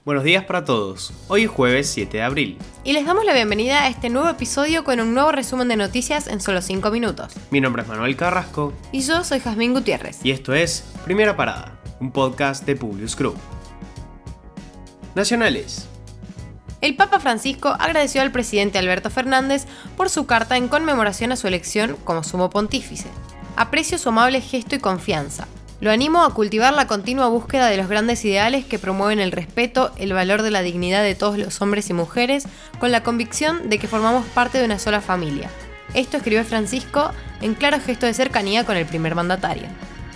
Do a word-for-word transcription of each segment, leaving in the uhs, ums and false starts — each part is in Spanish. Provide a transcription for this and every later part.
Buenos días para todos, hoy es jueves siete de abril. Y les damos la bienvenida a este nuevo episodio con un nuevo resumen de noticias en solo cinco minutos. Mi nombre es Manuel Carrasco. Y yo soy Jazmín Gutiérrez. Y esto es Primera Parada, un podcast de Publius Group. Nacionales. El Papa Francisco agradeció al presidente Alberto Fernández por su carta en conmemoración a su elección como sumo pontífice. Aprecio su amable gesto y confianza. Lo animo a cultivar la continua búsqueda de los grandes ideales que promueven el respeto, el valor de la dignidad de todos los hombres y mujeres, con la convicción de que formamos parte de una sola familia. Esto escribió Francisco en claro gesto de cercanía con el primer mandatario.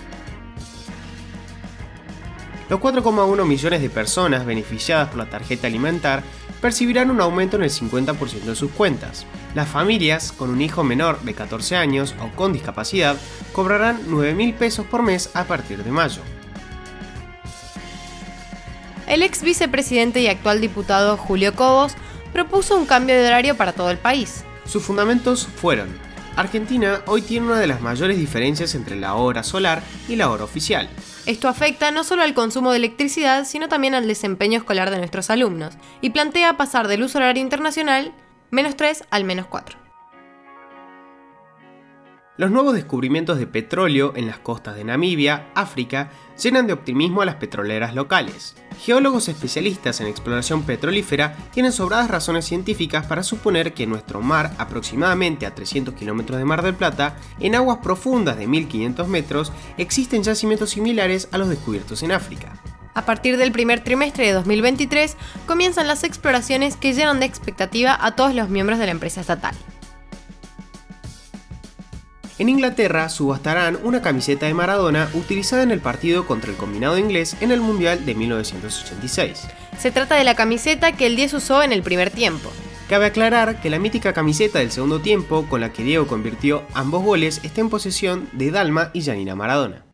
Los cuatro coma uno millones de personas beneficiadas por la tarjeta alimentar percibirán un aumento en el cincuenta por ciento de sus cuentas. Las familias con un hijo menor de catorce años o con discapacidad cobrarán nueve mil pesos por mes a partir de mayo. El ex vicepresidente y actual diputado Julio Cobos propuso un cambio de horario para todo el país. Sus fundamentos fueron: Argentina hoy tiene una de las mayores diferencias entre la hora solar y la hora oficial. Esto afecta no solo al consumo de electricidad, sino también al desempeño escolar de nuestros alumnos, y plantea pasar del uso horario internacional, menos tres, al menos cuatro. Los nuevos descubrimientos de petróleo en las costas de Namibia, África, llenan de optimismo a las petroleras locales. Geólogos especialistas en exploración petrolífera tienen sobradas razones científicas para suponer que en nuestro mar, aproximadamente a trescientos kilómetros de Mar del Plata, en aguas profundas de mil quinientos metros, existen yacimientos similares a los descubiertos en África. A partir del primer trimestre de dos mil veintitrés, comienzan las exploraciones que llenan de expectativa a todos los miembros de la empresa estatal. En Inglaterra subastarán una camiseta de Maradona utilizada en el partido contra el combinado inglés en el Mundial de mil novecientos ochenta y seis. Se trata de la camiseta que el diez usó en el primer tiempo. Cabe aclarar que la mítica camiseta del segundo tiempo, con la que Diego convirtió ambos goles, está en posesión de Dalma y Janina Maradona.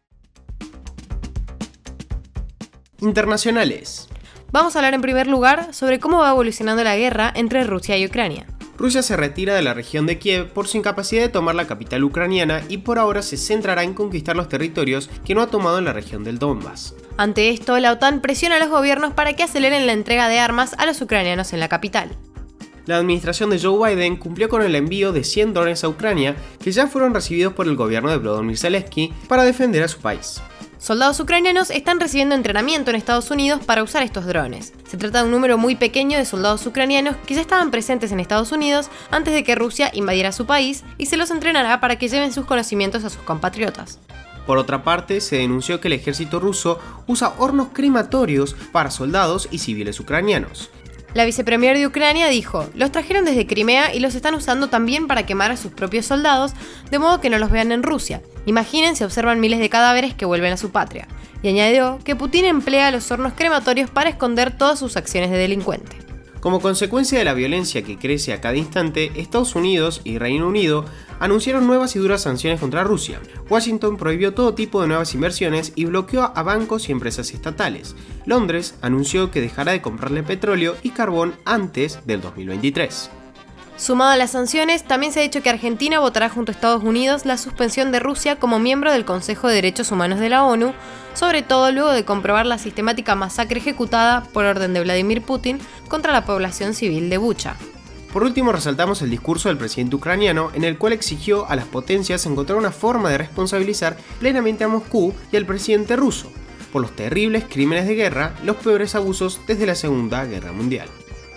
Internacionales. Vamos a hablar en primer lugar sobre cómo va evolucionando la guerra entre Rusia y Ucrania. Rusia se retira de la región de Kiev por su incapacidad de tomar la capital ucraniana y por ahora se centrará en conquistar los territorios que no ha tomado en la región del Donbass. Ante esto, la OTAN presiona a los gobiernos para que aceleren la entrega de armas a los ucranianos en la capital. La administración de Joe Biden cumplió con el envío de cien drones a Ucrania, que ya fueron recibidos por el gobierno de Volodymyr Zelensky para defender a su país. Soldados ucranianos están recibiendo entrenamiento en Estados Unidos para usar estos drones. Se trata de un número muy pequeño de soldados ucranianos que ya estaban presentes en Estados Unidos antes de que Rusia invadiera su país y se los entrenará para que lleven sus conocimientos a sus compatriotas. Por otra parte, se denunció que el ejército ruso usa hornos crematorios para soldados y civiles ucranianos. La vicepremier de Ucrania dijo: los trajeron desde Crimea y los están usando también para quemar a sus propios soldados, de modo que no los vean en Rusia. Imaginen si observan miles de cadáveres que vuelven a su patria. Y añadió que Putin emplea los hornos crematorios para esconder todas sus acciones de delincuente. Como consecuencia de la violencia que crece a cada instante, Estados Unidos y Reino Unido anunciaron nuevas y duras sanciones contra Rusia. Washington prohibió todo tipo de nuevas inversiones y bloqueó a bancos y empresas estatales. Londres anunció que dejará de comprarle petróleo y carbón antes del dos mil veintitrés. Sumado a las sanciones, también se ha dicho que Argentina votará junto a Estados Unidos la suspensión de Rusia como miembro del Consejo de Derechos Humanos de la ONU, sobre todo luego de comprobar la sistemática masacre ejecutada por orden de Vladimir Putin contra la población civil de Bucha. Por último, resaltamos el discurso del presidente ucraniano en el cual exigió a las potencias encontrar una forma de responsabilizar plenamente a Moscú y al presidente ruso por los terribles crímenes de guerra, los peores abusos desde la Segunda Guerra Mundial.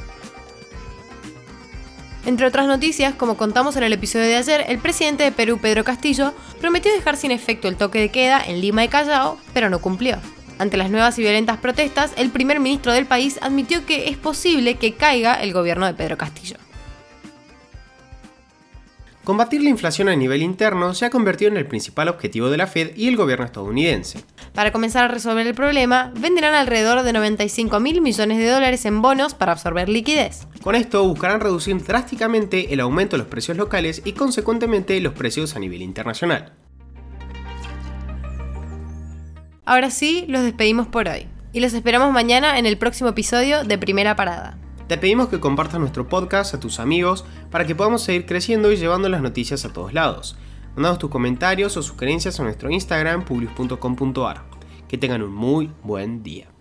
Entre otras noticias, como contamos en el episodio de ayer, el presidente de Perú, Pedro Castillo, prometió dejar sin efecto el toque de queda en Lima y Callao, pero no cumplió. Ante las nuevas y violentas protestas, el primer ministro del país admitió que es posible que caiga el gobierno de Pedro Castillo. Combatir la inflación a nivel interno se ha convertido en el principal objetivo de la Fed y el gobierno estadounidense. Para comenzar a resolver el problema, venderán alrededor de noventa y cinco mil millones de dólares en bonos para absorber liquidez. Con esto buscarán reducir drásticamente el aumento de los precios locales y consecuentemente los precios a nivel internacional. Ahora sí, los despedimos por hoy y los esperamos mañana en el próximo episodio de Primera Parada. Te pedimos que compartas nuestro podcast a tus amigos para que podamos seguir creciendo y llevando las noticias a todos lados. Mandanos tus comentarios o sugerencias a nuestro Instagram, publius punto com punto a r. Que tengan un muy buen día.